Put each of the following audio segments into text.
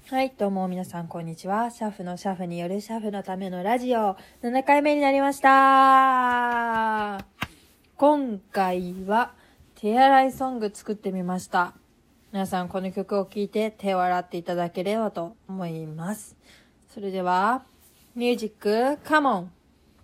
はい、どうも皆さんこんにちは。シャフのシャフによるシャフのためのラジオ7回目になりました。今回は手洗いソング作ってみました。皆さんこの曲を聴いて手を洗っていただければと思います。それではミュージックカモン。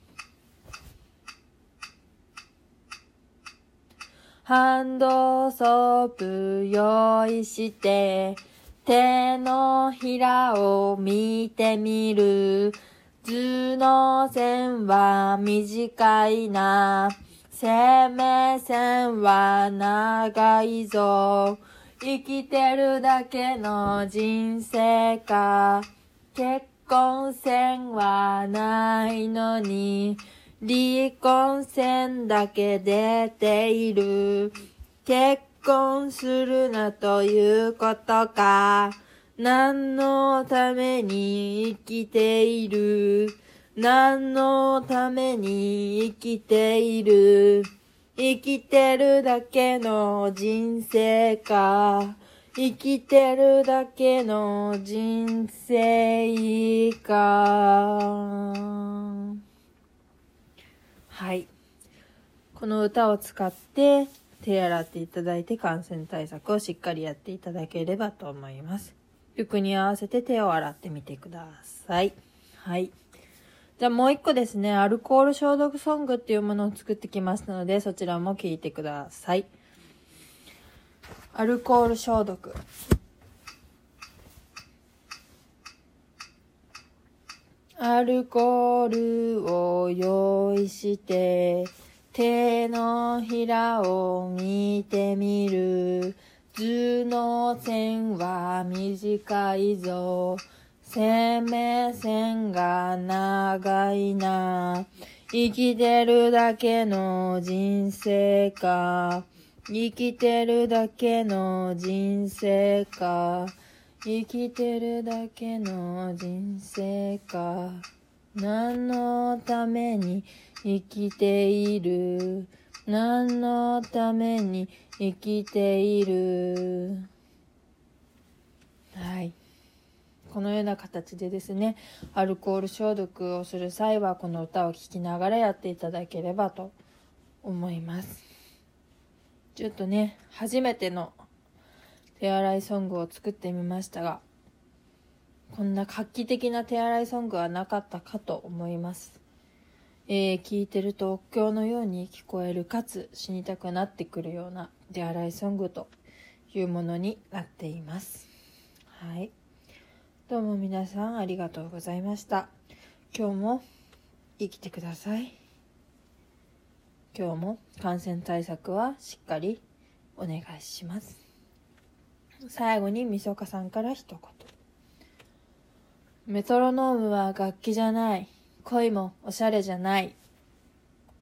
ハンドソープ用意して手のひらを見てみる。図の線は短いな。生命線は長いぞ。生きてるだけの人生か。結婚線はないのに離婚線だけ出ている。結婚するなということか。何のために生きている。何のために生きている。生きてるだけの人生か。生きてるだけの人生か。はい。この歌を使って手洗っていただいて感染対策をしっかりやっていただければと思います。曲に合わせて手を洗ってみてください。はい。じゃあもう一個ですね、アルコール消毒ソングっていうものを作ってきましたので、そちらも聴いてください。アルコール消毒。アルコールを用意して手のひらを見てみる。図の線は短いぞ。生命線が長いな。生きてるだけの人生か。生きてるだけの人生か。生きてるだけの人生か。何のために生きている。何のために生きている。はい。このような形でですね、アルコール消毒をする際はこの歌を聴きながらやっていただければと思います。ちょっとね、初めての手洗いソングを作ってみましたが、こんな画期的な手洗いソングはなかったかと思います。聞いてるとお経のように聞こえるかつ死にたくなってくるような手洗いソングというものになっています。はい。どうも皆さんありがとうございました。今日も生きてください。今日も感染対策はしっかりお願いします。最後にみそかさんから一言。メトロノームは楽器じゃない。恋もおしゃれじゃない。